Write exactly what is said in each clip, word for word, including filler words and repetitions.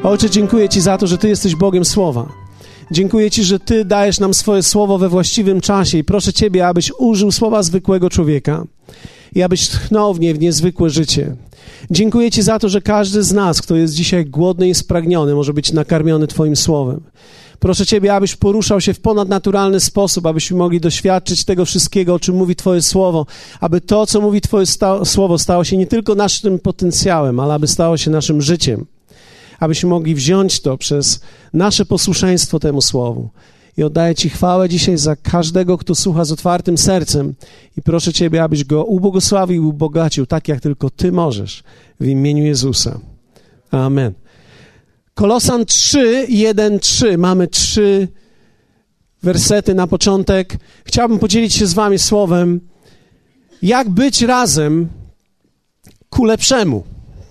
Ojcze, dziękuję Ci za to, że Ty jesteś Bogiem Słowa. Dziękuję Ci, że Ty dajesz nam swoje słowo we właściwym czasie i proszę Ciebie, abyś użył słowa zwykłego człowieka i abyś tchnął w nie w niezwykłe życie. Dziękuję Ci za to, że każdy z nas, kto jest dzisiaj głodny i spragniony, może być nakarmiony Twoim słowem. Proszę Ciebie, abyś poruszał się w ponadnaturalny sposób, abyśmy mogli doświadczyć tego wszystkiego, o czym mówi Twoje słowo, aby to, co mówi Twoje sta- słowo, stało się nie tylko naszym potencjałem, ale aby stało się naszym życiem. Abyśmy mogli wziąć to przez nasze posłuszeństwo temu słowu. I oddaję Ci chwałę dzisiaj za każdego, kto słucha z otwartym sercem i proszę Ciebie, abyś go ubłogosławił i ubogacił, tak jak tylko Ty możesz, w imieniu Jezusa. Amen. Kolosan trzy, jeden, trzy. Mamy trzy wersety na początek. Chciałbym podzielić się z Wami słowem, jak być razem ku lepszemu.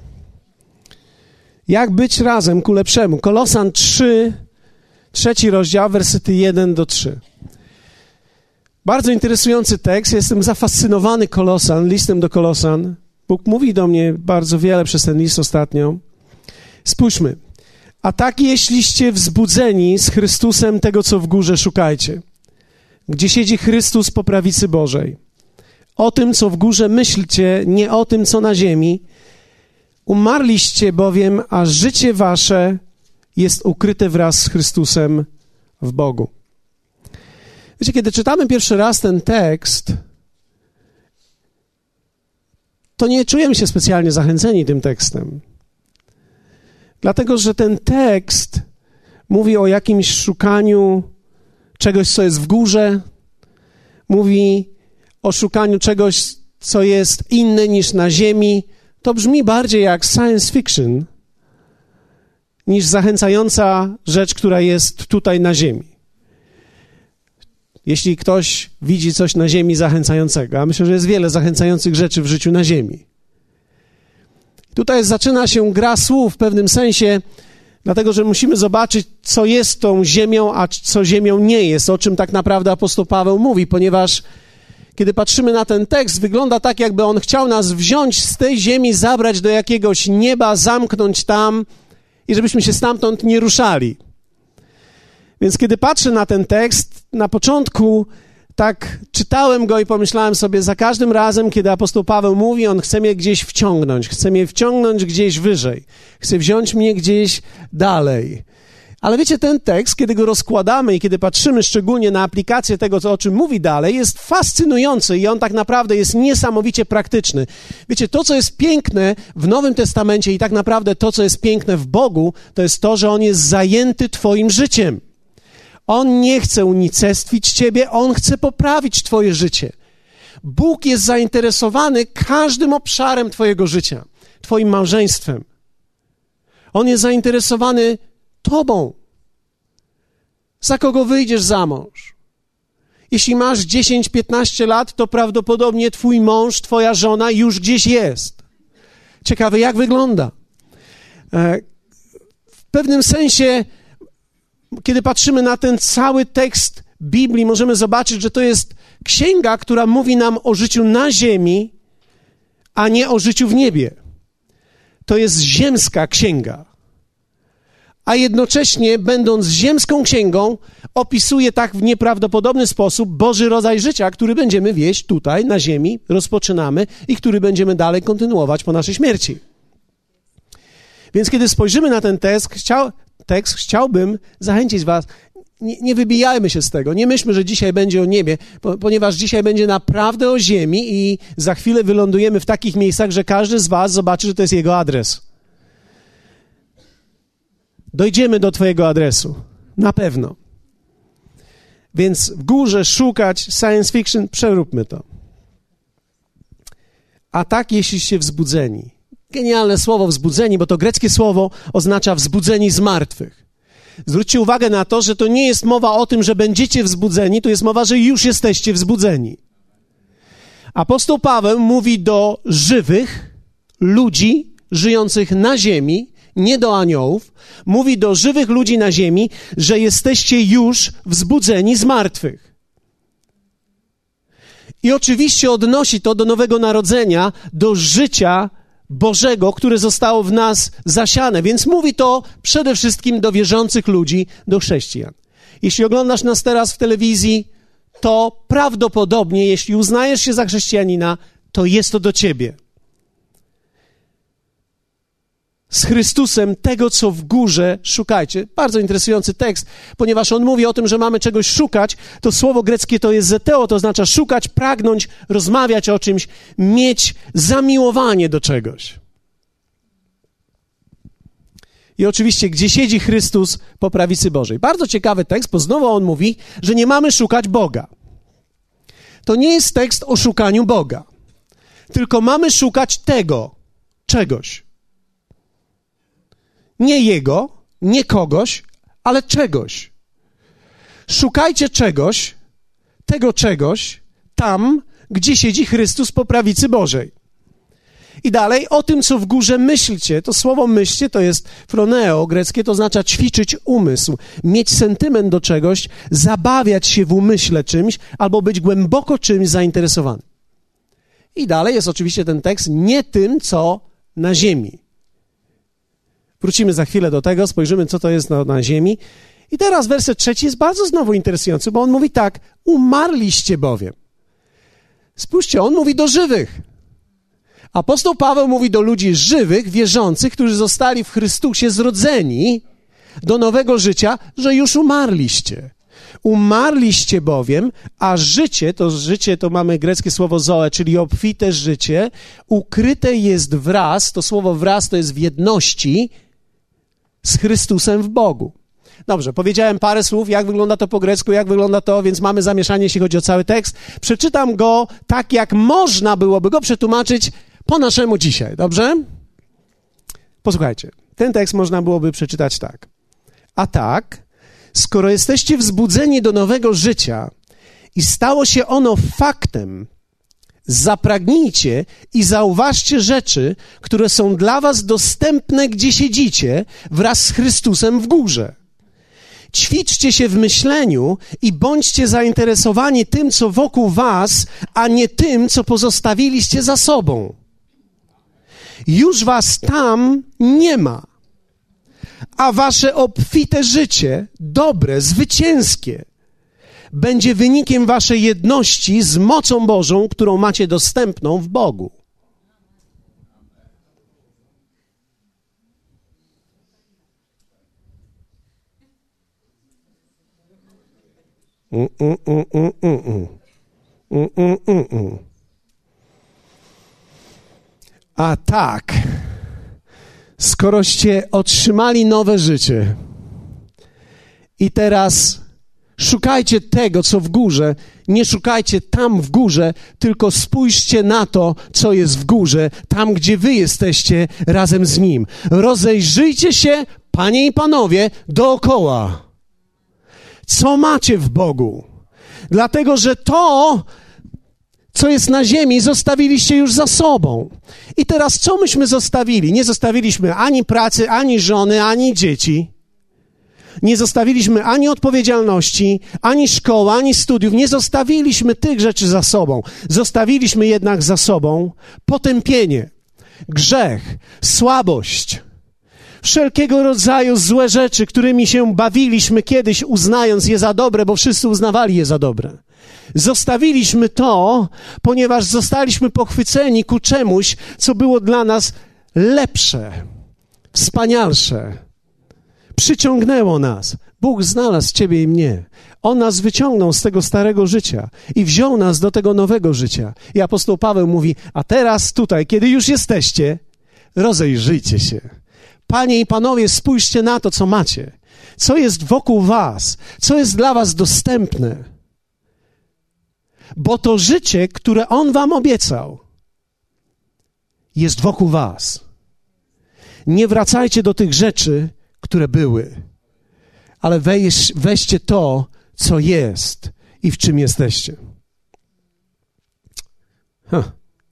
Jak być razem ku lepszemu. Kolosan trzy, trzeci rozdział, wersety jeden do trzech. Bardzo interesujący tekst. Jestem zafascynowany Kolosan, listem do Kolosan. Bóg mówi do mnie bardzo wiele przez ten list ostatnio. Spójrzmy. A tak jeśliście wzbudzeni z Chrystusem tego, co w górze, szukajcie. Gdzie siedzi Chrystus po prawicy Bożej. O tym, co w górze, myślcie, nie o tym, co na ziemi. Umarliście bowiem, a życie wasze jest ukryte wraz z Chrystusem w Bogu. Wiecie, kiedy czytamy pierwszy raz ten tekst, to nie czujemy się specjalnie zachęceni tym tekstem. Dlatego, że ten tekst mówi o jakimś szukaniu czegoś, co jest w górze, mówi o szukaniu czegoś, co jest inne niż na ziemi. To brzmi bardziej jak science fiction niż zachęcająca rzecz, która jest tutaj na ziemi. Jeśli ktoś widzi coś na ziemi zachęcającego, a myślę, że jest wiele zachęcających rzeczy w życiu na ziemi. Tutaj zaczyna się gra słów w pewnym sensie, dlatego że musimy zobaczyć, co jest tą ziemią, a co ziemią nie jest, o czym tak naprawdę apostoł Paweł mówi, ponieważ kiedy patrzymy na ten tekst, wygląda tak, jakby on chciał nas wziąć z tej ziemi, zabrać do jakiegoś nieba, zamknąć tam i żebyśmy się stamtąd nie ruszali. Więc kiedy patrzę na ten tekst, na początku tak czytałem go i pomyślałem sobie, za każdym razem, kiedy apostoł Paweł mówi, on chce mnie gdzieś wciągnąć, chce mnie wciągnąć gdzieś wyżej, chce wziąć mnie gdzieś dalej. Ale wiecie, ten tekst, kiedy go rozkładamy i kiedy patrzymy szczególnie na aplikację tego, co, o czym mówi dalej, jest fascynujący i on tak naprawdę jest niesamowicie praktyczny. Wiecie, to, co jest piękne w Nowym Testamencie i tak naprawdę to, co jest piękne w Bogu, to jest to, że On jest zajęty twoim życiem. On nie chce unicestwić ciebie, On chce poprawić twoje życie. Bóg jest zainteresowany każdym obszarem twojego życia, twoim małżeństwem. On jest zainteresowany tobą. Za kogo wyjdziesz za mąż? Jeśli masz dziesięć piętnaście lat, to prawdopodobnie twój mąż, twoja żona już gdzieś jest. Ciekawe, jak wygląda. W pewnym sensie, kiedy patrzymy na ten cały tekst Biblii, możemy zobaczyć, że to jest księga, która mówi nam o życiu na ziemi, a nie o życiu w niebie. To jest ziemska księga. A jednocześnie, będąc ziemską księgą, opisuje tak w nieprawdopodobny sposób Boży rodzaj życia, który będziemy wieść tutaj, na ziemi, rozpoczynamy i który będziemy dalej kontynuować po naszej śmierci. Więc kiedy spojrzymy na ten tekst, chciał, tekst chciałbym zachęcić was, nie, nie wybijajmy się z tego, nie myślmy, że dzisiaj będzie o niebie, po, ponieważ dzisiaj będzie naprawdę o ziemi i za chwilę wylądujemy w takich miejscach, że każdy z was zobaczy, że to jest jego adres. Dojdziemy do twojego adresu. Na pewno. Więc w górze szukać science fiction, przeróbmy to. A tak, jeśliście wzbudzeni. Genialne słowo wzbudzeni, bo to greckie słowo oznacza wzbudzeni z martwych. Zwróćcie uwagę na to, że to nie jest mowa o tym, że będziecie wzbudzeni, to jest mowa, że już jesteście wzbudzeni. Apostoł Paweł mówi do żywych ludzi żyjących na ziemi, nie do aniołów, mówi do żywych ludzi na ziemi, że jesteście już wzbudzeni z martwych. I oczywiście odnosi to do nowego narodzenia, do życia Bożego, które zostało w nas zasiane. Więc mówi to przede wszystkim do wierzących ludzi, do chrześcijan. Jeśli oglądasz nas teraz w telewizji, to prawdopodobnie, jeśli uznajesz się za chrześcijanina, to jest to do ciebie. Z Chrystusem tego, co w górze, szukajcie. Bardzo interesujący tekst, ponieważ on mówi o tym, że mamy czegoś szukać. To słowo greckie to jest zeteo, to oznacza szukać, pragnąć, rozmawiać o czymś, mieć zamiłowanie do czegoś. I oczywiście, gdzie siedzi Chrystus po prawicy Bożej. Bardzo ciekawy tekst, bo znowu on mówi, że nie mamy szukać Boga. To nie jest tekst o szukaniu Boga, tylko mamy szukać tego, czegoś. Nie Jego, nie kogoś, ale czegoś. Szukajcie czegoś, tego czegoś, tam, gdzie siedzi Chrystus po prawicy Bożej. I dalej, o tym, co w górze myślcie. To słowo myślcie to jest phroneo greckie, to oznacza ćwiczyć umysł, mieć sentyment do czegoś, zabawiać się w umyśle czymś, albo być głęboko czymś zainteresowany. I dalej jest oczywiście ten tekst, nie tym, co na ziemi. Wrócimy za chwilę do tego, spojrzymy, co to jest na, na ziemi. I teraz werset trzeci jest bardzo znowu interesujący, bo on mówi tak, umarliście bowiem. Spójrzcie, on mówi do żywych. Apostoł Paweł mówi do ludzi żywych, wierzących, którzy zostali w Chrystusie zrodzeni do nowego życia, że już umarliście. Umarliście bowiem, a życie, to życie to mamy greckie słowo zoe, czyli obfite życie, ukryte jest wraz, to słowo wraz to jest w jedności z Chrystusem w Bogu. Dobrze, powiedziałem parę słów, jak wygląda to po grecku, jak wygląda to, więc mamy zamieszanie, jeśli chodzi o cały tekst. Przeczytam go tak, jak można byłoby go przetłumaczyć po naszemu dzisiaj, dobrze? Posłuchajcie, ten tekst można byłoby przeczytać tak. A tak, skoro jesteście wzbudzeni do nowego życia i stało się ono faktem, zapragnijcie i zauważcie rzeczy, które są dla was dostępne, gdzie siedzicie, wraz z Chrystusem w górze. Ćwiczcie się w myśleniu i bądźcie zainteresowani tym, co wokół was, a nie tym, co pozostawiliście za sobą. Już was tam nie ma, a wasze obfite życie, dobre, zwycięskie, będzie wynikiem waszej jedności z mocą Bożą, którą macie dostępną w Bogu. Mm, mm, mm, mm, mm. Mm, mm, mm, mm. A tak, skoroście otrzymali nowe życie i teraz szukajcie tego, co w górze, nie szukajcie tam w górze, tylko spójrzcie na to, co jest w górze, tam, gdzie wy jesteście razem z Nim. Rozejrzyjcie się, panie i panowie, dookoła. Co macie w Bogu? Dlatego, że to, co jest na ziemi, zostawiliście już za sobą. I teraz co myśmy zostawili? Nie zostawiliśmy ani pracy, ani żony, ani dzieci. Nie zostawiliśmy ani odpowiedzialności, ani szkoły, ani studiów. Nie zostawiliśmy tych rzeczy za sobą. Zostawiliśmy jednak za sobą potępienie, grzech, słabość, wszelkiego rodzaju złe rzeczy, którymi się bawiliśmy kiedyś, uznając je za dobre, bo wszyscy uznawali je za dobre. Zostawiliśmy to, ponieważ zostaliśmy pochwyceni ku czemuś, co było dla nas lepsze, wspanialsze. Przyciągnęło nas. Bóg znalazł ciebie i mnie. On nas wyciągnął z tego starego życia i wziął nas do tego nowego życia. I apostoł Paweł mówi, a teraz tutaj, kiedy już jesteście, rozejrzyjcie się. Panie i panowie, spójrzcie na to, co macie. Co jest wokół was? Co jest dla was dostępne? Bo to życie, które On wam obiecał, jest wokół was. Nie wracajcie do tych rzeczy, które były, ale weź, weźcie to, co jest i w czym jesteście. Huh.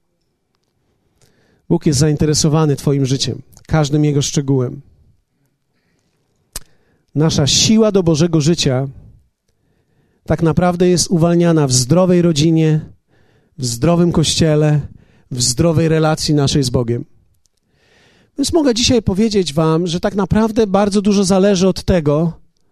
Bóg jest zainteresowany twoim życiem, każdym jego szczegółem. Nasza siła do Bożego życia tak naprawdę jest uwalniana w zdrowej rodzinie, w zdrowym kościele, w zdrowej relacji naszej z Bogiem. Więc mogę dzisiaj powiedzieć wam, że tak naprawdę bardzo dużo zależy od tego,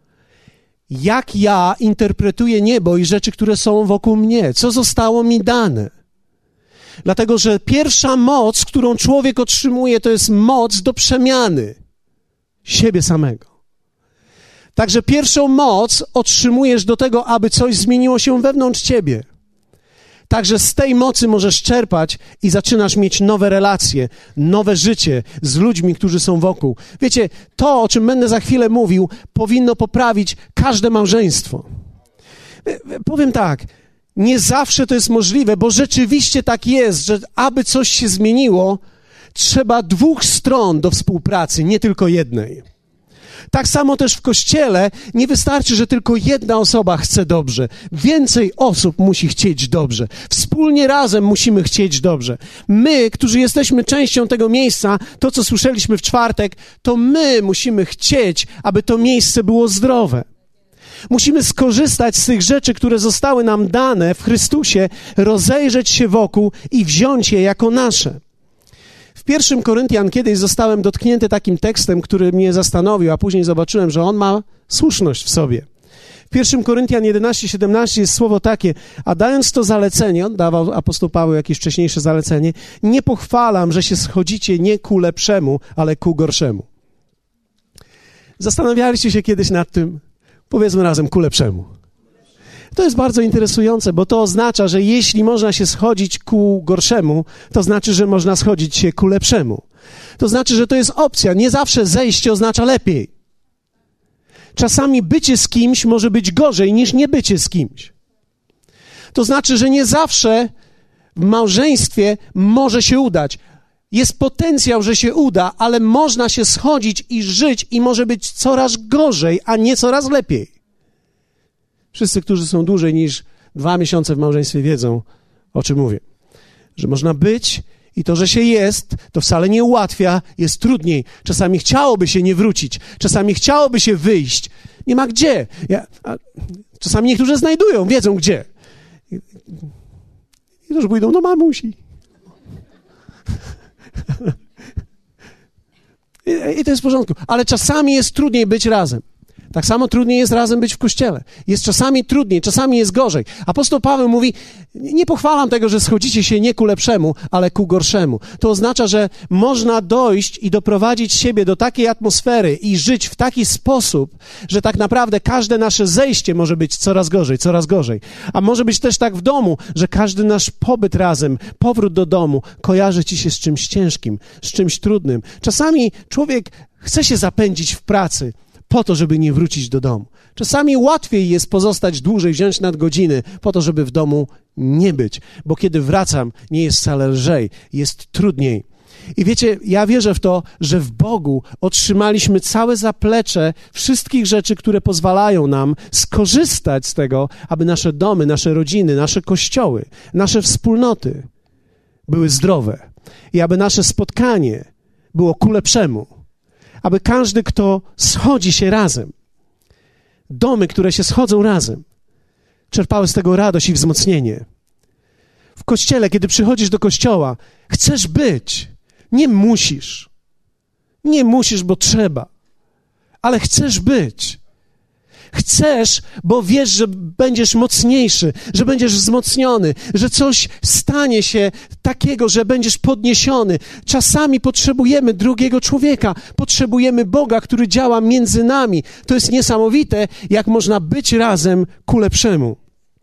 jak ja interpretuję niebo i rzeczy, które są wokół mnie, co zostało mi dane. Dlatego, że pierwsza moc, którą człowiek otrzymuje, to jest moc do przemiany siebie samego. Także pierwszą moc otrzymujesz do tego, aby coś zmieniło się wewnątrz ciebie. Także z tej mocy możesz czerpać i zaczynasz mieć nowe relacje, nowe życie z ludźmi, którzy są wokół. Wiecie, to, o czym będę za chwilę mówił, powinno poprawić każde małżeństwo. Powiem tak, nie zawsze to jest możliwe, bo rzeczywiście tak jest, że aby coś się zmieniło, trzeba dwóch stron do współpracy, nie tylko jednej. Tak samo też w Kościele nie wystarczy, że tylko jedna osoba chce dobrze. Więcej osób musi chcieć dobrze. Wspólnie razem musimy chcieć dobrze. My, którzy jesteśmy częścią tego miejsca, to co słyszeliśmy w czwartek, to my musimy chcieć, aby to miejsce było zdrowe. Musimy skorzystać z tych rzeczy, które zostały nam dane w Chrystusie, rozejrzeć się wokół i wziąć je jako nasze. W pierwszym Koryntian kiedyś zostałem dotknięty takim tekstem, który mnie zastanowił, a później zobaczyłem, że on ma słuszność w sobie. W pierwszym Koryntian jedenaście siedemnaście jest słowo takie: a dając to zalecenie, on dawał apostoł Paweł jakieś wcześniejsze zalecenie, nie pochwalam, że się schodzicie nie ku lepszemu, ale ku gorszemu. Zastanawialiście się kiedyś nad tym? Powiedzmy razem, ku lepszemu. To jest bardzo interesujące, bo to oznacza, że jeśli można się schodzić ku gorszemu, to znaczy, że można schodzić się ku lepszemu. To znaczy, że to jest opcja. Nie zawsze zejście oznacza lepiej. Czasami bycie z kimś może być gorzej niż nie bycie z kimś. To znaczy, że nie zawsze w małżeństwie może się udać. Jest potencjał, że się uda, ale można się schodzić i żyć i może być coraz gorzej, a nie coraz lepiej. Wszyscy, którzy są dłużej niż dwa miesiące w małżeństwie, wiedzą, o czym mówię. Że można być i to, że się jest, to wcale nie ułatwia, jest trudniej. Czasami chciałoby się nie wrócić, czasami chciałoby się wyjść. Nie ma gdzie. Ja, a, czasami niektórzy znajdują, wiedzą gdzie. I, i też pójdą do mamusi. I, I to jest w porządku. Ale czasami jest trudniej być razem. Tak samo trudniej jest razem być w Kościele. Jest czasami trudniej, czasami jest gorzej. Apostoł Paweł mówi, nie pochwalam tego, że schodzicie się nie ku lepszemu, ale ku gorszemu. To oznacza, że można dojść i doprowadzić siebie do takiej atmosfery i żyć w taki sposób, że tak naprawdę każde nasze zejście może być coraz gorzej, coraz gorzej. A może być też tak w domu, że każdy nasz pobyt razem, powrót do domu kojarzy ci się z czymś ciężkim, z czymś trudnym. Czasami człowiek chce się zapędzić w pracy, po to, żeby nie wrócić do domu. Czasami łatwiej jest pozostać dłużej, wziąć nadgodziny, po to, żeby w domu nie być. Bo kiedy wracam, nie jest wcale lżej, jest trudniej. I wiecie, ja wierzę w to, że w Bogu otrzymaliśmy całe zaplecze wszystkich rzeczy, które pozwalają nam skorzystać z tego, aby nasze domy, nasze rodziny, nasze kościoły, nasze wspólnoty były zdrowe. I aby nasze spotkanie było ku lepszemu. Aby każdy, kto schodzi się razem, domy, które się schodzą razem, czerpały z tego radość i wzmocnienie. W kościele, kiedy przychodzisz do kościoła, chcesz być, nie musisz. Nie musisz, bo trzeba, ale chcesz być. Chcesz, bo wiesz, że będziesz mocniejszy, że będziesz wzmocniony, że coś stanie się takiego, że będziesz podniesiony. Czasami potrzebujemy drugiego człowieka, potrzebujemy Boga, który działa między nami. To jest niesamowite, jak można być razem ku lepszemu.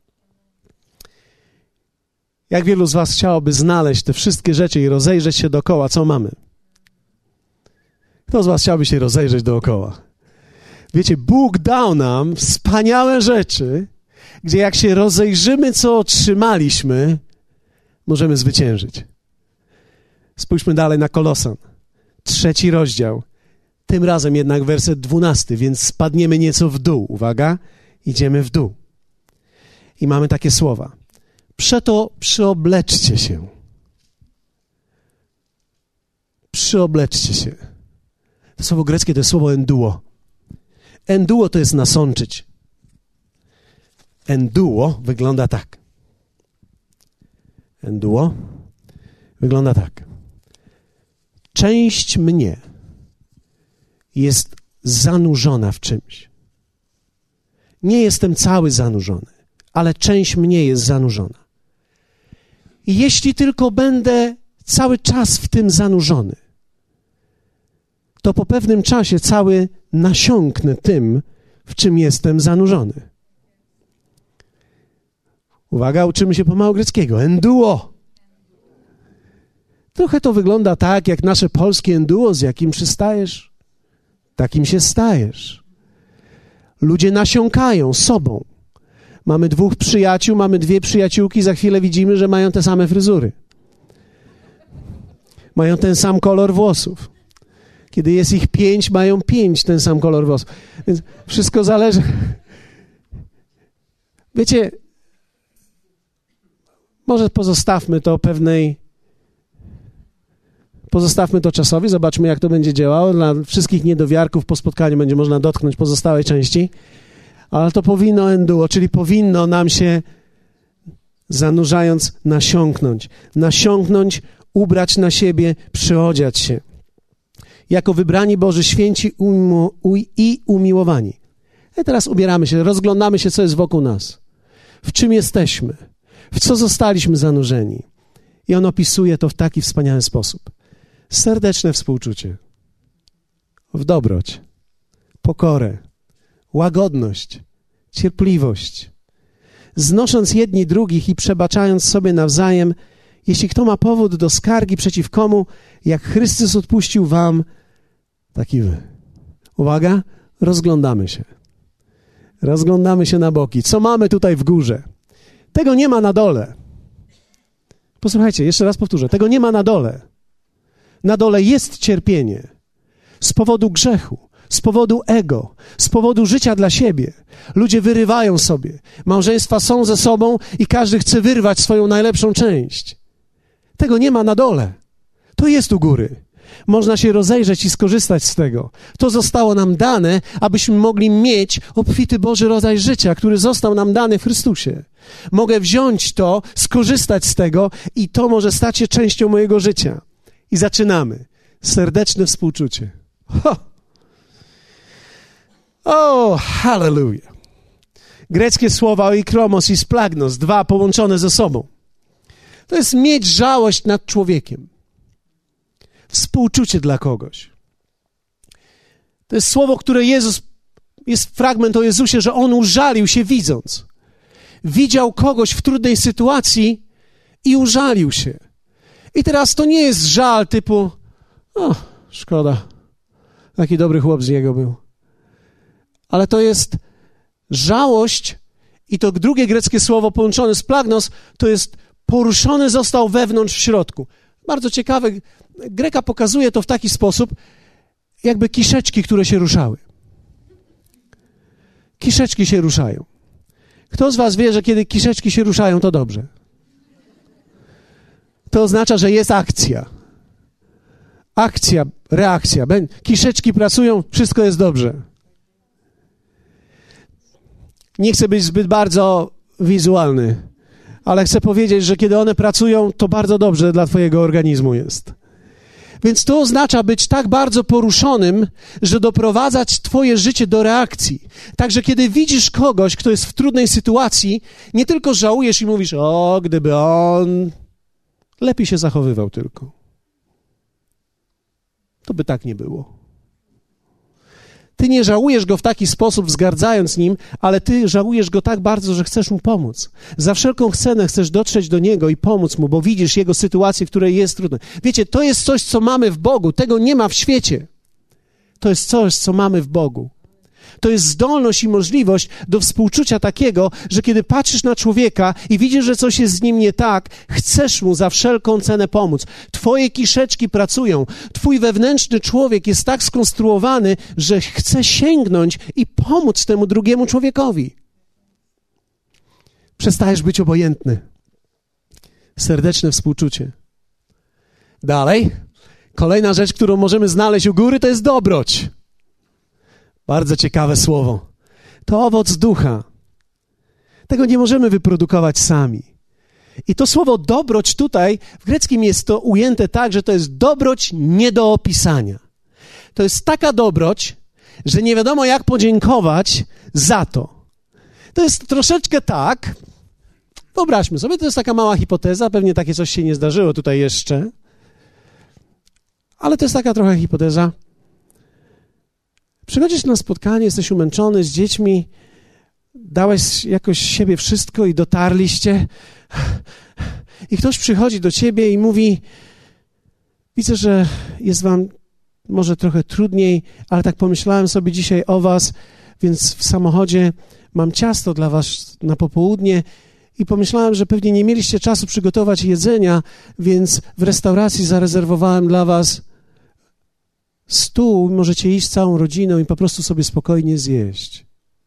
Jak wielu z was chciałoby znaleźć te wszystkie rzeczy i rozejrzeć się dookoła, co mamy? Kto z was chciałby się rozejrzeć dookoła? Wiecie, Bóg dał nam wspaniałe rzeczy, gdzie jak się rozejrzymy, co otrzymaliśmy, możemy zwyciężyć. Spójrzmy dalej na Kolosan. Trzeci rozdział. Tym razem jednak werset dwunasty, więc spadniemy nieco w dół. Uwaga, idziemy w dół. I mamy takie słowa. Przeto przyobleczcie się. Przyobleczcie się. To słowo greckie to jest słowo enduo. Enduo to jest nasączyć. Enduo wygląda tak. Enduo wygląda tak. część mnie jest zanurzona w czymś. Nie jestem cały zanurzony, ale część mnie jest zanurzona. I jeśli tylko będę cały czas w tym zanurzony, to po pewnym czasie cały nasiąknę tym, w czym jestem zanurzony. Uwaga, uczymy się pomału greckiego. Enduo. Trochę to wygląda tak, jak nasze polskie enduo, z jakim przystajesz, takim się stajesz. Ludzie nasiąkają sobą. Mamy dwóch przyjaciół, mamy dwie przyjaciółki, za chwilę widzimy, że mają te same fryzury. Mają ten sam kolor włosów. Kiedy jest ich pięć, mają pięć ten sam kolor włosów. Więc wszystko zależy. Wiecie, może pozostawmy to pewnej, pozostawmy to czasowi, zobaczmy, jak to będzie działało. Dla wszystkich niedowiarków po spotkaniu będzie można dotknąć pozostałej części, ale to powinno enduo, czyli powinno nam się, zanurzając, nasiąknąć. Nasiąknąć, ubrać na siebie, przyodziać się. Jako wybrani Boży, święci umu, u, i umiłowani. I teraz ubieramy się, rozglądamy się, co jest wokół nas. W czym jesteśmy? W co zostaliśmy zanurzeni? I on opisuje to w taki wspaniały sposób. Serdeczne współczucie, w dobroć, pokorę, łagodność, cierpliwość, znosząc jedni drugich i przebaczając sobie nawzajem, jeśli kto ma powód do skargi przeciw komu, jak Chrystus odpuścił wam, tak i wy. Uwaga, rozglądamy się. Rozglądamy się na boki. Co mamy tutaj w górze? Tego nie ma na dole. Posłuchajcie, jeszcze raz powtórzę. Tego nie ma na dole. Na dole jest cierpienie z powodu grzechu, z powodu ego, z powodu życia dla siebie. Ludzie wyrywają sobie. Małżeństwa są ze sobą i każdy chce wyrwać swoją najlepszą część. Tego nie ma na dole. To jest u góry. Można się rozejrzeć i skorzystać z tego. To zostało nam dane, abyśmy mogli mieć obfity Boży rodzaj życia, który został nam dany w Chrystusie. Mogę wziąć to, skorzystać z tego i to może stać się częścią mojego życia. I zaczynamy. Serdeczne współczucie. Ho! O, hallelujah. Greckie słowa oikromos i splagnos, dwa połączone ze sobą. To jest mieć żałość nad człowiekiem. Współczucie dla kogoś. To jest słowo, które Jezus, jest fragment o Jezusie, że On użalił się widząc. Widział kogoś w trudnej sytuacji i użalił się. I teraz to nie jest żal typu, o, szkoda, taki dobry chłop z niego był. Ale to jest żałość i to drugie greckie słowo połączone z plagnos, to jest poruszony został wewnątrz w środku. Bardzo ciekawe, Greka pokazuje to w taki sposób, jakby kiszeczki, które się ruszały. Kiszeczki się ruszają. Kto z was wie, że kiedy kiszeczki się ruszają, to dobrze? To oznacza, że jest akcja. Akcja, reakcja. Kiszeczki pracują, wszystko jest dobrze. Nie chcę być zbyt bardzo wizualny, ale chcę powiedzieć, że kiedy one pracują, to bardzo dobrze dla twojego organizmu jest. Więc to oznacza być tak bardzo poruszonym, że doprowadzać twoje życie do reakcji. Także kiedy widzisz kogoś, kto jest w trudnej sytuacji, nie tylko żałujesz i mówisz, o, gdyby on lepiej się zachowywał tylko. To by tak nie było. Ty nie żałujesz go w taki sposób, wzgardzając nim, ale ty żałujesz go tak bardzo, że chcesz mu pomóc. Za wszelką cenę chcesz dotrzeć do niego i pomóc mu, bo widzisz jego sytuację, w której jest trudno. Wiecie, to jest coś, co mamy w Bogu. Tego nie ma w świecie. To jest coś, co mamy w Bogu. To jest zdolność i możliwość do współczucia takiego, że kiedy patrzysz na człowieka i widzisz, że coś jest z nim nie tak, chcesz mu za wszelką cenę pomóc. Twoje kiszeczki pracują. Twój wewnętrzny człowiek jest tak skonstruowany, że chce sięgnąć i pomóc temu drugiemu człowiekowi. Przestajesz być obojętny. Serdeczne współczucie. Dalej. Kolejna rzecz, którą możemy znaleźć u góry, to jest dobroć. Bardzo ciekawe słowo. To owoc ducha. Tego nie możemy wyprodukować sami. I to słowo dobroć tutaj, w greckim jest to ujęte tak, że to jest dobroć nie do opisania. To jest taka dobroć, że nie wiadomo jak podziękować za to. To jest troszeczkę tak, wyobraźmy sobie, to jest taka mała hipoteza, pewnie takie coś się nie zdarzyło tutaj jeszcze, ale to jest taka trochę hipoteza. Przychodzisz na spotkanie, jesteś umęczony z dziećmi, dałeś jakoś siebie wszystko i dotarliście i ktoś przychodzi do ciebie i mówi: widzę, że jest wam może trochę trudniej, ale tak pomyślałem sobie dzisiaj o was, więc w samochodzie mam ciasto dla was na popołudnie i pomyślałem, że pewnie nie mieliście czasu przygotować jedzenia, więc w restauracji zarezerwowałem dla was stół, możecie iść całą rodziną i po prostu sobie spokojnie zjeść.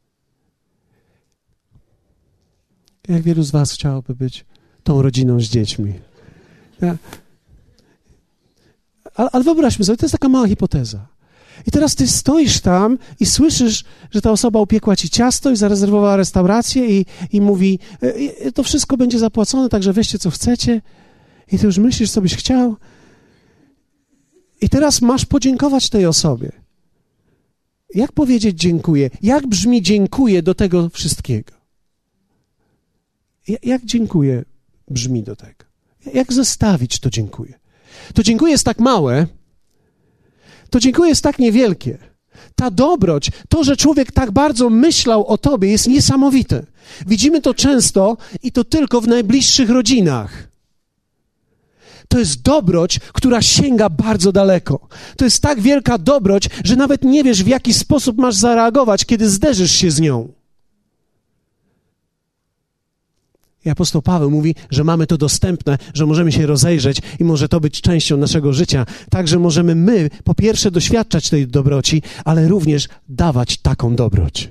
Jak wielu z was chciałoby być tą rodziną z dziećmi? Ja. Ale, ale wyobraźmy sobie, to jest taka mała hipoteza. I teraz ty stoisz tam i słyszysz, że ta osoba upiekła ci ciasto i zarezerwowała restaurację i, i mówi: to wszystko będzie zapłacone, także weźcie co chcecie. I ty już myślisz, co byś chciał. I teraz masz podziękować tej osobie. Jak powiedzieć dziękuję? Jak brzmi dziękuję do tego wszystkiego? Jak dziękuję brzmi do tego? Jak zestawić to dziękuję? To dziękuję jest tak małe, to dziękuję jest tak niewielkie. Ta dobroć, to, że człowiek tak bardzo myślał o tobie, jest niesamowite. Widzimy to często i to tylko w najbliższych rodzinach. To jest dobroć, która sięga bardzo daleko. To jest tak wielka dobroć, że nawet nie wiesz, w jaki sposób masz zareagować, kiedy zderzysz się z nią. I apostoł Paweł mówi, że mamy to dostępne, że możemy się rozejrzeć i może to być częścią naszego życia. Także możemy my, po pierwsze, doświadczać tej dobroci, ale również dawać taką dobroć.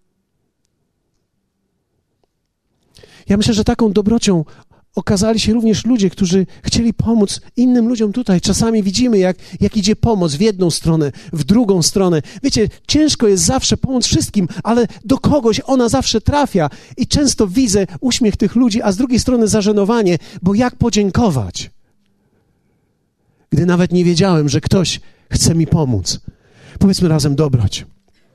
Ja myślę, że taką dobrocią okazali się również ludzie, którzy chcieli pomóc innym ludziom tutaj. Czasami widzimy, jak, jak idzie pomoc w jedną stronę, w drugą stronę. Wiecie, ciężko jest zawsze pomóc wszystkim, ale do kogoś ona zawsze trafia. I często widzę uśmiech tych ludzi, a z drugiej strony zażenowanie, bo jak podziękować? Gdy nawet nie wiedziałem, że ktoś chce mi pomóc. Powiedzmy razem dobroć.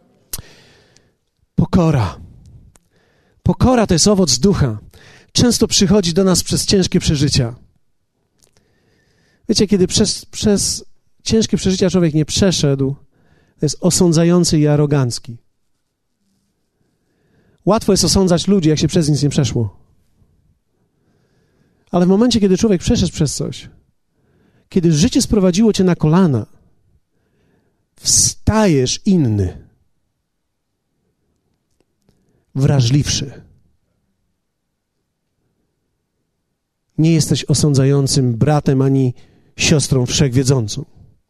Pokora. Pokora to jest owoc ducha. Często przychodzi do nas przez ciężkie przeżycia. Wiecie, kiedy przez, przez ciężkie przeżycia człowiek nie przeszedł, to jest osądzający i arogancki. Łatwo jest osądzać ludzi, jak się przez nic nie przeszło. Ale w momencie, kiedy człowiek przeszedł przez coś, kiedy życie sprowadziło cię na kolana, wstajesz inny, wrażliwszy. Nie jesteś osądzającym bratem ani siostrą wszechwiedzącą.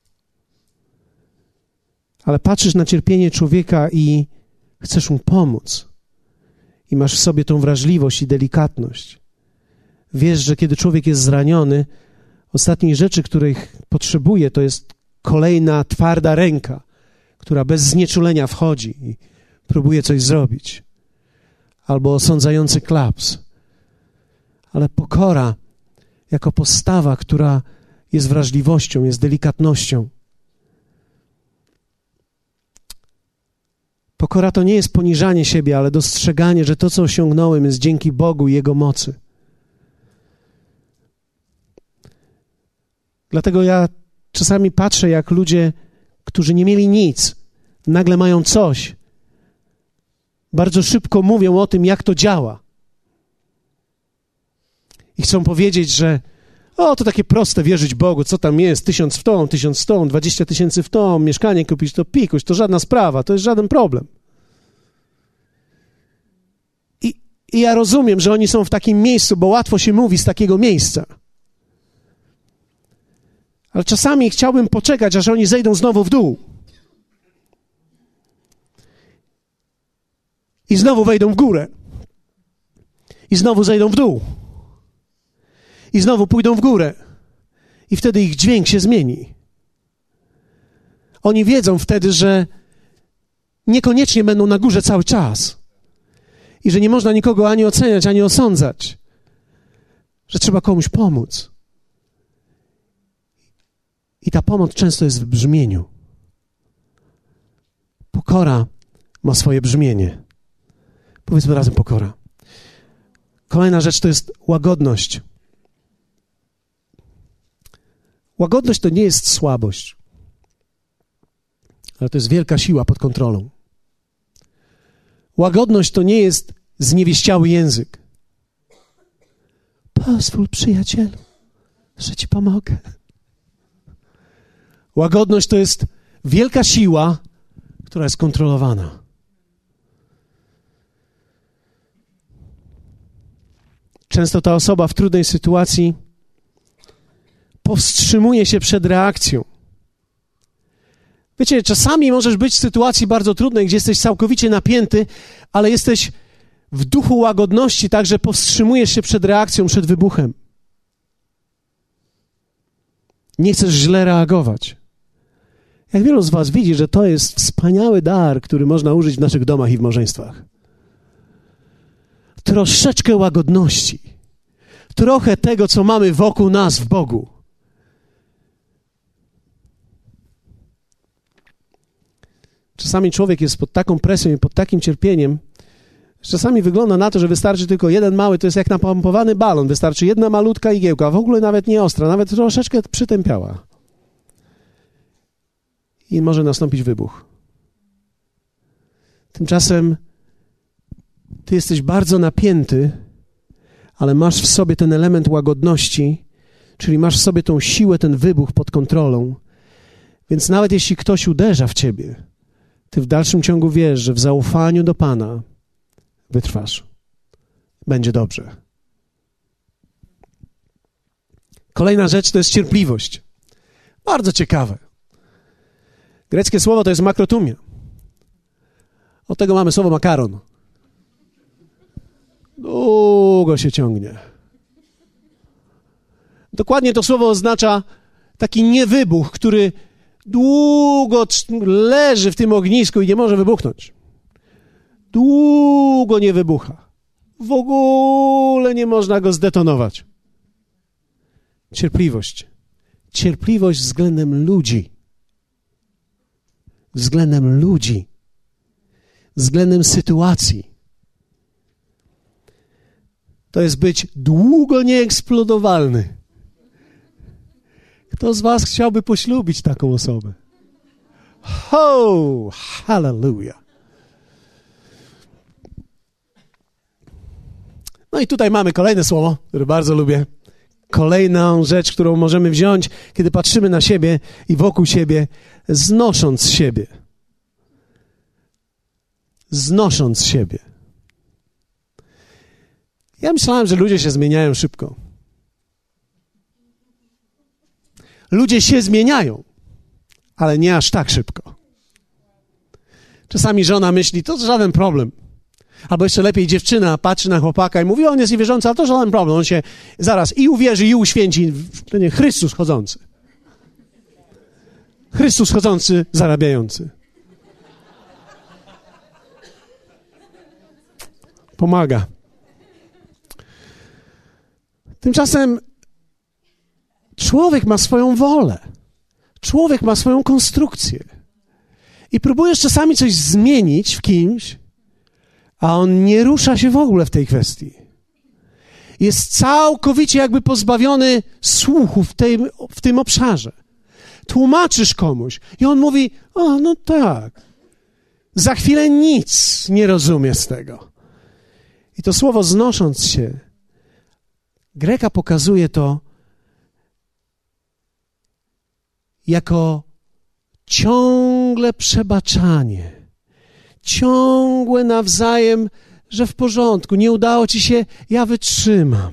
Ale patrzysz na cierpienie człowieka i chcesz mu pomóc. I masz w sobie tą wrażliwość i delikatność. Wiesz, że kiedy człowiek jest zraniony, ostatniej rzeczy, których potrzebuje, to jest kolejna twarda ręka, która bez znieczulenia wchodzi i próbuje coś zrobić. Albo osądzający klaps. Ale pokora jako postawa, która jest wrażliwością, jest delikatnością. Pokora to nie jest poniżanie siebie, ale dostrzeganie, że to, co osiągnąłem, jest dzięki Bogu i Jego mocy. Dlatego ja czasami patrzę, jak ludzie, którzy nie mieli nic, nagle mają coś. Bardzo szybko mówią o tym, jak to działa. I chcą powiedzieć, że o, to takie proste wierzyć Bogu, co tam jest, tysiąc w tą, tysiąc w tą, dwadzieścia tysięcy w tą, mieszkanie kupić, to pikuś, to żadna sprawa, to jest żaden problem. I, I ja rozumiem, że oni są w takim miejscu, bo łatwo się mówi z takiego miejsca. Ale czasami chciałbym poczekać, aż oni zejdą znowu w dół. I znowu wejdą w górę. I znowu zejdą w dół. I znowu pójdą w górę. I wtedy ich dźwięk się zmieni. Oni wiedzą wtedy, że niekoniecznie będą na górze cały czas. I że nie można nikogo ani oceniać, ani osądzać. że trzeba komuś pomóc. I ta pomoc często jest w brzmieniu. Pokora ma swoje brzmienie. Powiedzmy razem pokora. Kolejna rzecz to jest łagodność. Łagodność to nie jest słabość, ale to jest wielka siła pod kontrolą. Łagodność to nie jest zniewieściały język. Pozwól, przyjacielu, że ci pomogę. Łagodność to jest wielka siła, która jest kontrolowana. Często ta osoba w trudnej sytuacji powstrzymuje się przed reakcją. Wiecie, czasami możesz być w sytuacji bardzo trudnej, gdzie jesteś całkowicie napięty, ale jesteś w duchu łagodności, tak, że powstrzymujesz się przed reakcją, przed wybuchem. Nie chcesz źle reagować. Jak wielu z was widzi, że to jest wspaniały dar, który można użyć w naszych domach i w małżeństwach. Troszeczkę łagodności. Trochę tego, co mamy wokół nas w Bogu. Czasami człowiek jest pod taką presją i pod takim cierpieniem, że czasami wygląda na to, że wystarczy tylko jeden mały, to jest jak napompowany balon, wystarczy jedna malutka igiełka, a w ogóle nawet nie ostra, nawet troszeczkę przytępiała. I może nastąpić wybuch. Tymczasem ty jesteś bardzo napięty, ale masz w sobie ten element łagodności, czyli masz w sobie tą siłę, ten wybuch pod kontrolą. Więc nawet jeśli ktoś uderza w ciebie, ty w dalszym ciągu wiesz, że w zaufaniu do Pana wytrwasz. Będzie dobrze. Kolejna rzecz to jest cierpliwość. Bardzo ciekawe. Greckie słowo to jest makrotumia. Od tego mamy słowo makaron. Długo się ciągnie. Dokładnie to słowo oznacza taki niewybuch, który długo leży w tym ognisku i nie może wybuchnąć. Długo nie wybucha. W ogóle nie można go zdetonować. Cierpliwość. Cierpliwość względem ludzi. Względem ludzi. Względem sytuacji. To jest być długo nieeksplodowalny. Kto z was chciałby poślubić taką osobę? Ho! Hallelujah! No i tutaj mamy kolejne słowo, które bardzo lubię. Kolejną rzecz, którą możemy wziąć, kiedy patrzymy na siebie i wokół siebie, znosząc siebie. Znosząc siebie. Ja myślałem, że ludzie się zmieniają szybko. Ludzie się zmieniają, ale nie aż tak szybko. Czasami żona myśli, to żaden problem. Albo jeszcze lepiej dziewczyna patrzy na chłopaka i mówi, on jest niewierzący, ale to żaden problem. On się zaraz i uwierzy, i uświęci. To nie Chrystus chodzący. Chrystus chodzący, zarabiający. Pomaga. Tymczasem człowiek ma swoją wolę. Człowiek ma swoją konstrukcję. I próbujesz czasami coś zmienić w kimś, a on nie rusza się w ogóle w tej kwestii. Jest całkowicie jakby pozbawiony słuchu w, tej, w tym obszarze. Tłumaczysz komuś i on mówi, o, no tak. Za chwilę nic nie rozumie z tego. I to słowo znosząc się, Greka pokazuje to jako ciągle przebaczanie, ciągłe nawzajem, że w porządku, nie udało ci się, ja wytrzymam.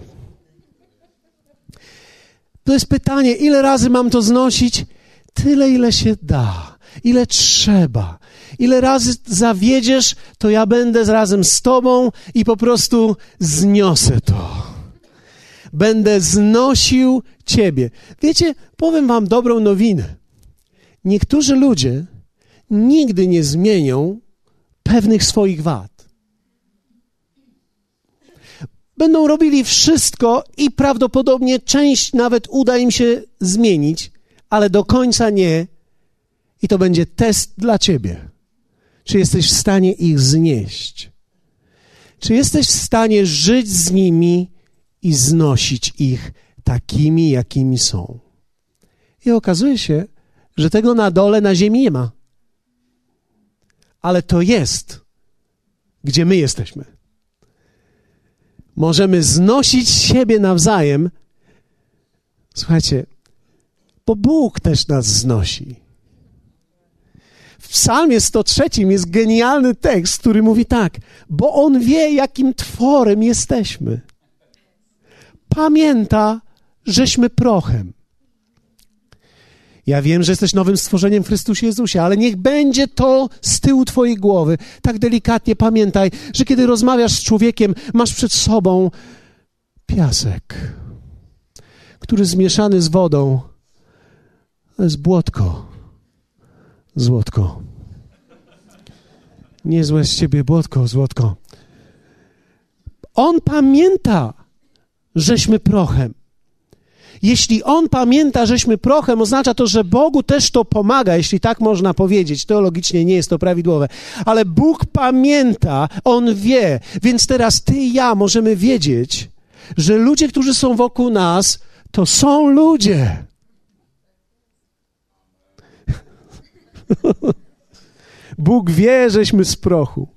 To jest pytanie, ile razy mam to znosić? Tyle, ile się da, ile trzeba. Ile razy zawiedziesz, to ja będę razem z tobą i po prostu zniosę to. Będę znosił ciebie. Wiecie, powiem wam dobrą nowinę. Niektórzy ludzie nigdy nie zmienią pewnych swoich wad. Będą robili wszystko i prawdopodobnie część nawet uda im się zmienić, ale do końca nie. I to będzie test dla ciebie. Czy jesteś w stanie ich znieść? Czy jesteś w stanie żyć z nimi i znosić ich takimi, jakimi są? I okazuje się, że tego na dole, na ziemi nie ma. Ale to jest, gdzie my jesteśmy. Możemy znosić siebie nawzajem. Słuchajcie, bo Bóg też nas znosi. W Psalmie sto trzecim jest genialny tekst, który mówi tak: bo On wie, jakim tworem jesteśmy. Pamięta, żeśmy prochem. Ja wiem, że jesteś nowym stworzeniem w Chrystusie Jezusie, ale niech będzie to z tyłu twojej głowy. Tak delikatnie pamiętaj, że kiedy rozmawiasz z człowiekiem, masz przed sobą piasek, który zmieszany z wodą to jest błotko. Złotko. Niezłe z ciebie błotko, złotko. On pamięta, żeśmy prochem. Jeśli On pamięta, żeśmy prochem, oznacza to, że Bogu też to pomaga, jeśli tak można powiedzieć. Teologicznie nie jest to prawidłowe. Ale Bóg pamięta, On wie. Więc teraz ty i ja możemy wiedzieć, że ludzie, którzy są wokół nas, to są ludzie. Bóg wie, żeśmy z prochu.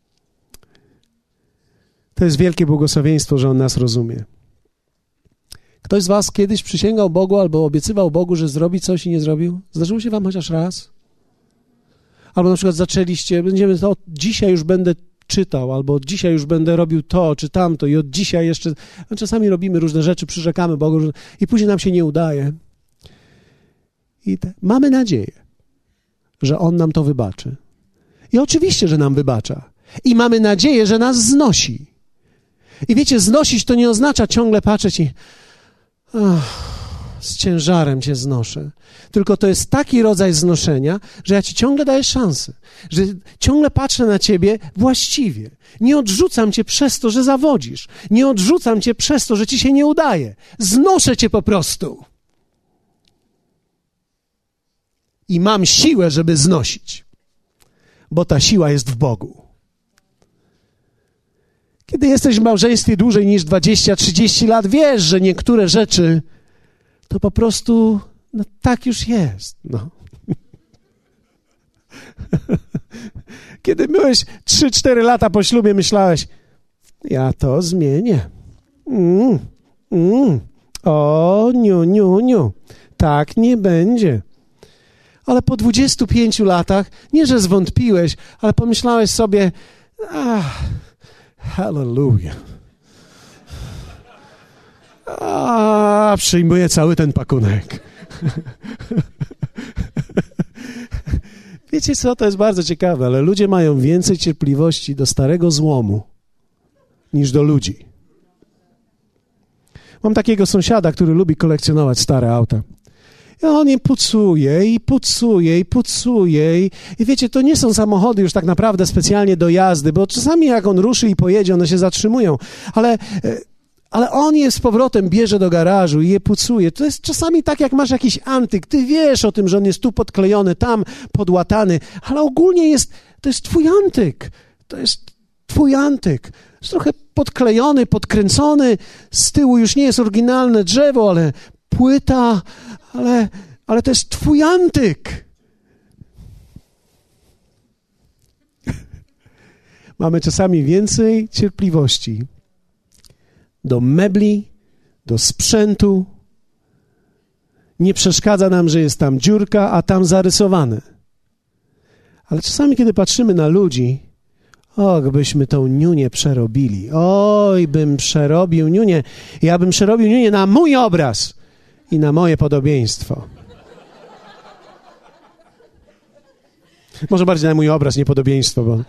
To jest wielkie błogosławieństwo, że On nas rozumie. Ktoś z was kiedyś przysięgał Bogu albo obiecywał Bogu, że zrobi coś i nie zrobił? Zdarzyło się wam chociaż raz? Albo na przykład zaczęliście, będziemy to, od dzisiaj już będę czytał, albo od dzisiaj już będę robił to czy tamto i od dzisiaj jeszcze... No, czasami robimy różne rzeczy, przyrzekamy Bogu i później nam się nie udaje. I te, mamy nadzieję, że On nam to wybaczy. I oczywiście, że nam wybacza. I mamy nadzieję, że nas znosi. I wiecie, znosić to nie oznacza ciągle patrzeć i ach, z ciężarem cię znoszę. Tylko to jest taki rodzaj znoszenia, że ja ci ciągle daję szansę. Że ciągle patrzę na ciebie właściwie. Nie odrzucam cię przez to, że zawodzisz. Nie odrzucam cię przez to, że ci się nie udaje. Znoszę cię po prostu. I mam siłę, żeby znosić. Bo ta siła jest w Bogu. Kiedy jesteś w małżeństwie dłużej niż dwadzieścia trzydzieści lat, wiesz, że niektóre rzeczy to po prostu no, tak już jest. No. Kiedy byłeś trzy cztery lata po ślubie, myślałeś, ja to zmienię. Mm, mm. O, niu, niu, niu. Tak nie będzie. Ale po dwudziestu pięciu latach, nie że zwątpiłeś, ale pomyślałeś sobie, ach, hallelujah. A, przyjmuję cały ten pakunek. Wiecie co, to jest bardzo ciekawe, ale ludzie mają więcej cierpliwości do starego złomu niż do ludzi. Mam takiego sąsiada, który lubi kolekcjonować stare auta. I on je pucuje i pucuje i pucuje i, i wiecie, to nie są samochody już tak naprawdę specjalnie do jazdy, bo czasami jak on ruszy i pojedzie, one się zatrzymują, ale, ale on je z powrotem bierze do garażu i je pucuje. To jest czasami tak, jak masz jakiś antyk, ty wiesz o tym, że on jest tu podklejony, tam podłatany, ale ogólnie jest, to jest twój antyk, to jest twój antyk. Jest trochę podklejony, podkręcony, z tyłu już nie jest oryginalne drzewo, ale płyta, ale, ale to jest twój antyk. Mamy czasami więcej cierpliwości do mebli, do sprzętu. Nie przeszkadza nam, że jest tam dziurka, a tam zarysowane. Ale czasami, kiedy patrzymy na ludzi, och, byśmy tą niunię przerobili. Oj, bym przerobił niunię. Ja bym przerobił niunię na mój obraz i na moje podobieństwo. Może bardziej na mój obraz, nie podobieństwo, bo...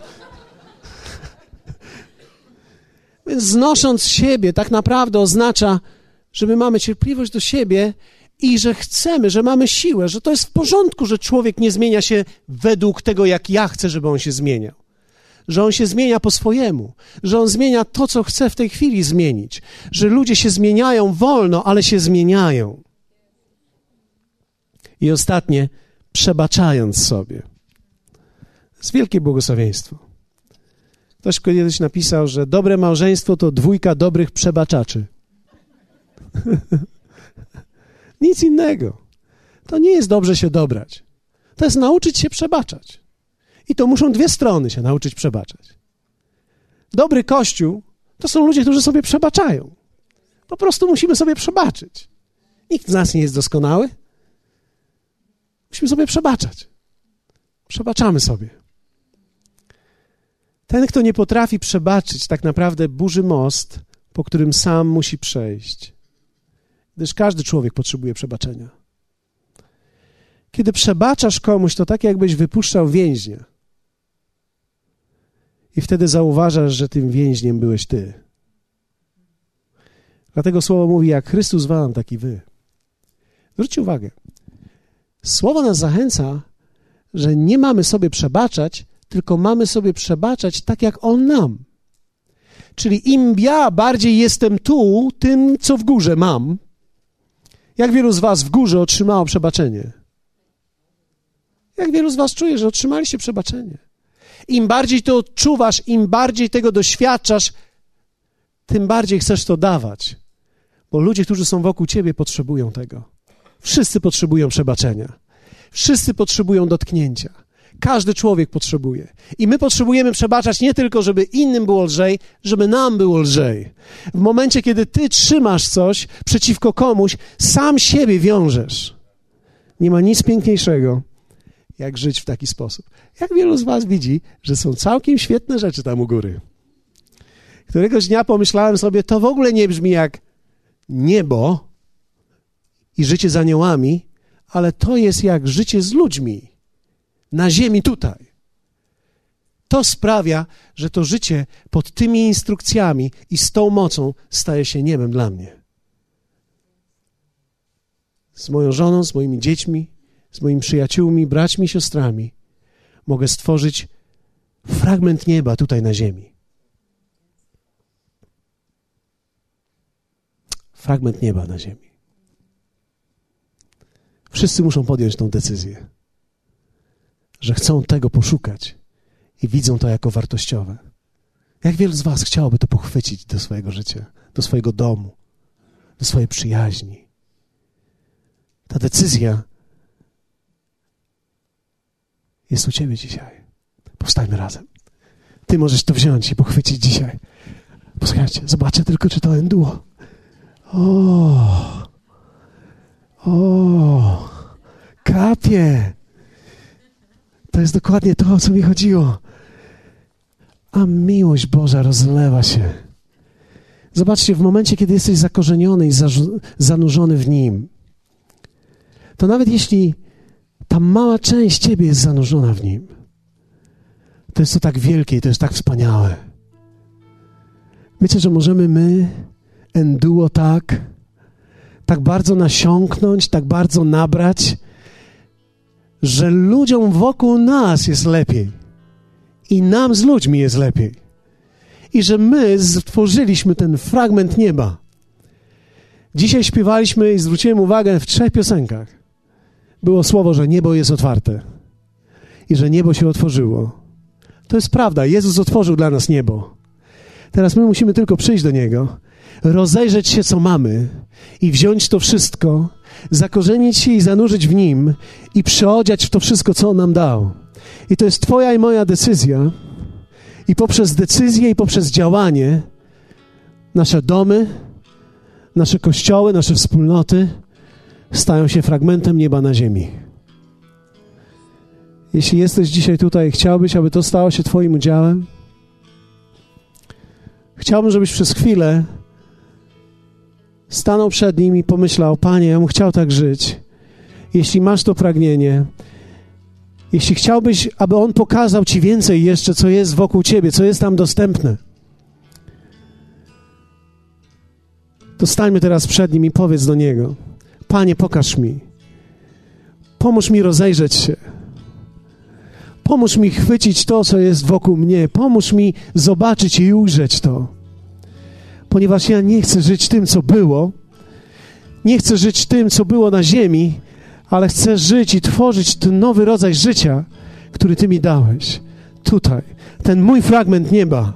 Więc znosząc siebie tak naprawdę oznacza, że my mamy cierpliwość do siebie i że chcemy, że mamy siłę, że to jest w porządku, że człowiek nie zmienia się według tego, jak ja chcę, żeby on się zmieniał. że On się zmienia po swojemu, że On zmienia to, co chce w tej chwili zmienić, że ludzie się zmieniają wolno, ale się zmieniają. I ostatnie, przebaczając sobie. To jest wielkie błogosławieństwo. Ktoś kiedyś napisał, że dobre małżeństwo to dwójka dobrych przebaczaczy. Nic innego. To nie jest dobrze się dobrać. To jest nauczyć się przebaczać. I to muszą dwie strony się nauczyć przebaczać. Dobry Kościół to są ludzie, którzy sobie przebaczają. Po prostu musimy sobie przebaczyć. Nikt z nas nie jest doskonały. Musimy sobie przebaczać. Przebaczamy sobie. Ten, kto nie potrafi przebaczyć, tak naprawdę burzy most, po którym sam musi przejść. Gdyż każdy człowiek potrzebuje przebaczenia. Kiedy przebaczasz komuś, to tak jakbyś wypuszczał więźnia. I wtedy zauważasz, że tym więźniem byłeś ty. Dlatego Słowo mówi, jak Chrystus wam, tak i wy. Zwróćcie uwagę. Słowo nas zachęca, że nie mamy sobie przebaczać, tylko mamy sobie przebaczać tak, jak On nam. Czyli im ja bardziej jestem tu, tym, co w górze mam. Jak wielu z was w górze otrzymało przebaczenie? Jak wielu z was czuje, że otrzymaliście przebaczenie? Im bardziej to odczuwasz, im bardziej tego doświadczasz, tym bardziej chcesz to dawać. Bo ludzie, którzy są wokół ciebie, potrzebują tego. Wszyscy potrzebują przebaczenia. Wszyscy potrzebują dotknięcia. Każdy człowiek potrzebuje. I my potrzebujemy przebaczać nie tylko, żeby innym było lżej, żeby nam było lżej. W momencie, kiedy ty trzymasz coś przeciwko komuś, sam siebie wiążesz. Nie ma nic piękniejszego, jak żyć w taki sposób. Jak wielu z was widzi, że są całkiem świetne rzeczy tam u góry. Któregoś dnia pomyślałem sobie, to w ogóle nie brzmi jak niebo i życie z aniołami, ale to jest jak życie z ludźmi. Na ziemi tutaj. To sprawia, że to życie pod tymi instrukcjami i z tą mocą staje się niebem dla mnie. Z moją żoną, z moimi dziećmi, z moimi przyjaciółmi, braćmi, siostrami mogę stworzyć fragment nieba tutaj na ziemi. Fragment nieba na ziemi. Wszyscy muszą podjąć tą decyzję, że chcą tego poszukać i widzą to jako wartościowe. Jak wielu z was chciałoby to pochwycić do swojego życia, do swojego domu, do swojej przyjaźni? Ta decyzja jest u ciebie dzisiaj. Powstańmy razem. Ty możesz to wziąć i pochwycić dzisiaj. Posłuchajcie, zobaczę tylko, czy to enduło. O, o, kapie. To jest dokładnie to, o co mi chodziło. A miłość Boża rozlewa się. Zobaczcie, w momencie, kiedy jesteś zakorzeniony i zanurzony w Nim, to nawet jeśli ta mała część ciebie jest zanurzona w Nim, to jest to tak wielkie i to jest tak wspaniałe. Wiecie, że możemy my enduo tak, tak bardzo nasiąknąć, tak bardzo nabrać, że ludziom wokół nas jest lepiej i nam z ludźmi jest lepiej. I że my stworzyliśmy ten fragment nieba. Dzisiaj śpiewaliśmy i zwróciłem uwagę w trzech piosenkach. Było słowo, że niebo jest otwarte i że niebo się otworzyło. To jest prawda, Jezus otworzył dla nas niebo. Teraz my musimy tylko przyjść do Niego, rozejrzeć się, co mamy i wziąć to wszystko, zakorzenić się i zanurzyć w Nim i przyodziać w to wszystko, co On nam dał. I to jest twoja i moja decyzja. I poprzez decyzję i poprzez działanie nasze domy, nasze kościoły, nasze wspólnoty stają się fragmentem nieba na ziemi. Jeśli jesteś dzisiaj tutaj i chciałbyś, aby to stało się twoim udziałem, chciałbym, żebyś przez chwilę stanął przed Nim i pomyślał: Panie, ja bym chciał tak żyć. Jeśli masz to pragnienie, jeśli chciałbyś, aby On pokazał Ci więcej jeszcze, co jest wokół Ciebie, co jest tam dostępne, to stańmy teraz przed Nim i powiedz do Niego: Panie, pokaż mi. Pomóż mi rozejrzeć się. Pomóż mi chwycić to, co jest wokół mnie. Pomóż mi zobaczyć i ujrzeć to. Ponieważ ja nie chcę żyć tym, co było. Nie chcę żyć tym, co było na ziemi, ale chcę żyć i tworzyć ten nowy rodzaj życia, który Ty mi dałeś. Tutaj. Ten mój fragment nieba.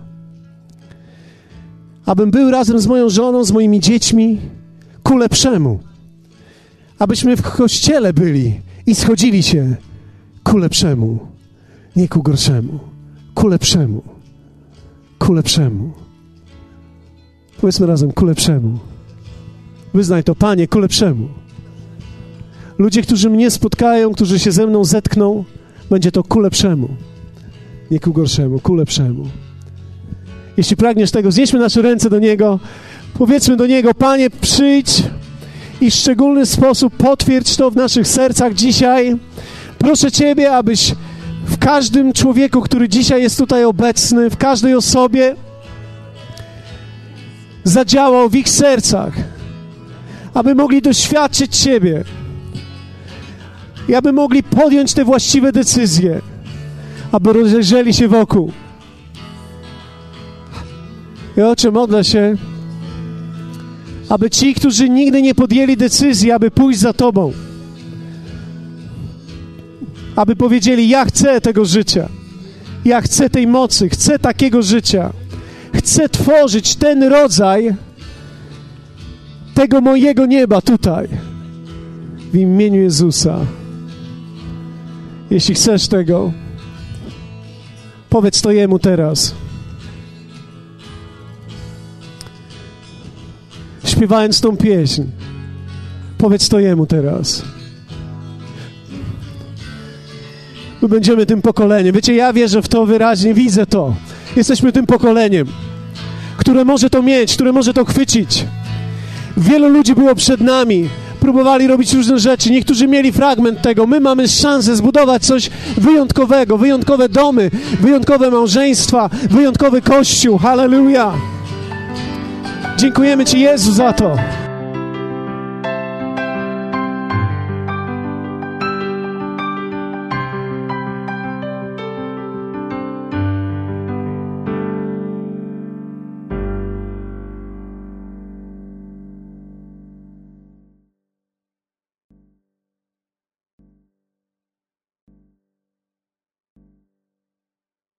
Abym był razem z moją żoną, z moimi dziećmi ku lepszemu. Abyśmy w kościele byli i schodzili się ku lepszemu. Nie ku gorszemu. Ku lepszemu. Ku lepszemu. Powiedzmy razem, ku lepszemu. Wyznaj to, Panie, ku lepszemu. Ludzie, którzy mnie spotkają, którzy się ze mną zetkną, będzie to ku lepszemu. Nie ku gorszemu, ku lepszemu. Jeśli pragniesz tego, znieśmy nasze ręce do Niego, powiedzmy do Niego, Panie, przyjdź i w szczególny sposób potwierdź to w naszych sercach dzisiaj. Proszę Ciebie, abyś w każdym człowieku, który dzisiaj jest tutaj obecny, w każdej osobie zadziałał w ich sercach, aby mogli doświadczyć Ciebie i aby mogli podjąć te właściwe decyzje, aby rozejrzeli się wokół. I Ojcze, modlę się, aby ci, którzy nigdy nie podjęli decyzji, aby pójść za Tobą, aby powiedzieli, ja chcę tego życia, ja chcę tej mocy, chcę takiego życia, chcę tworzyć ten rodzaj tego mojego nieba tutaj, w imieniu Jezusa. Jeśli chcesz tego, powiedz to Jemu teraz. Śpiewając tą pieśń, powiedz to Jemu teraz. My będziemy tym pokoleniem. Wiecie, ja wierzę w to wyraźnie, widzę to. Jesteśmy tym pokoleniem, które może to mieć, które może to chwycić. Wielu ludzi było przed nami, próbowali robić różne rzeczy. Niektórzy mieli fragment tego. My mamy szansę zbudować coś wyjątkowego, wyjątkowe domy, wyjątkowe małżeństwa, wyjątkowy Kościół. Halleluja! Dziękujemy Ci, Jezu, za to.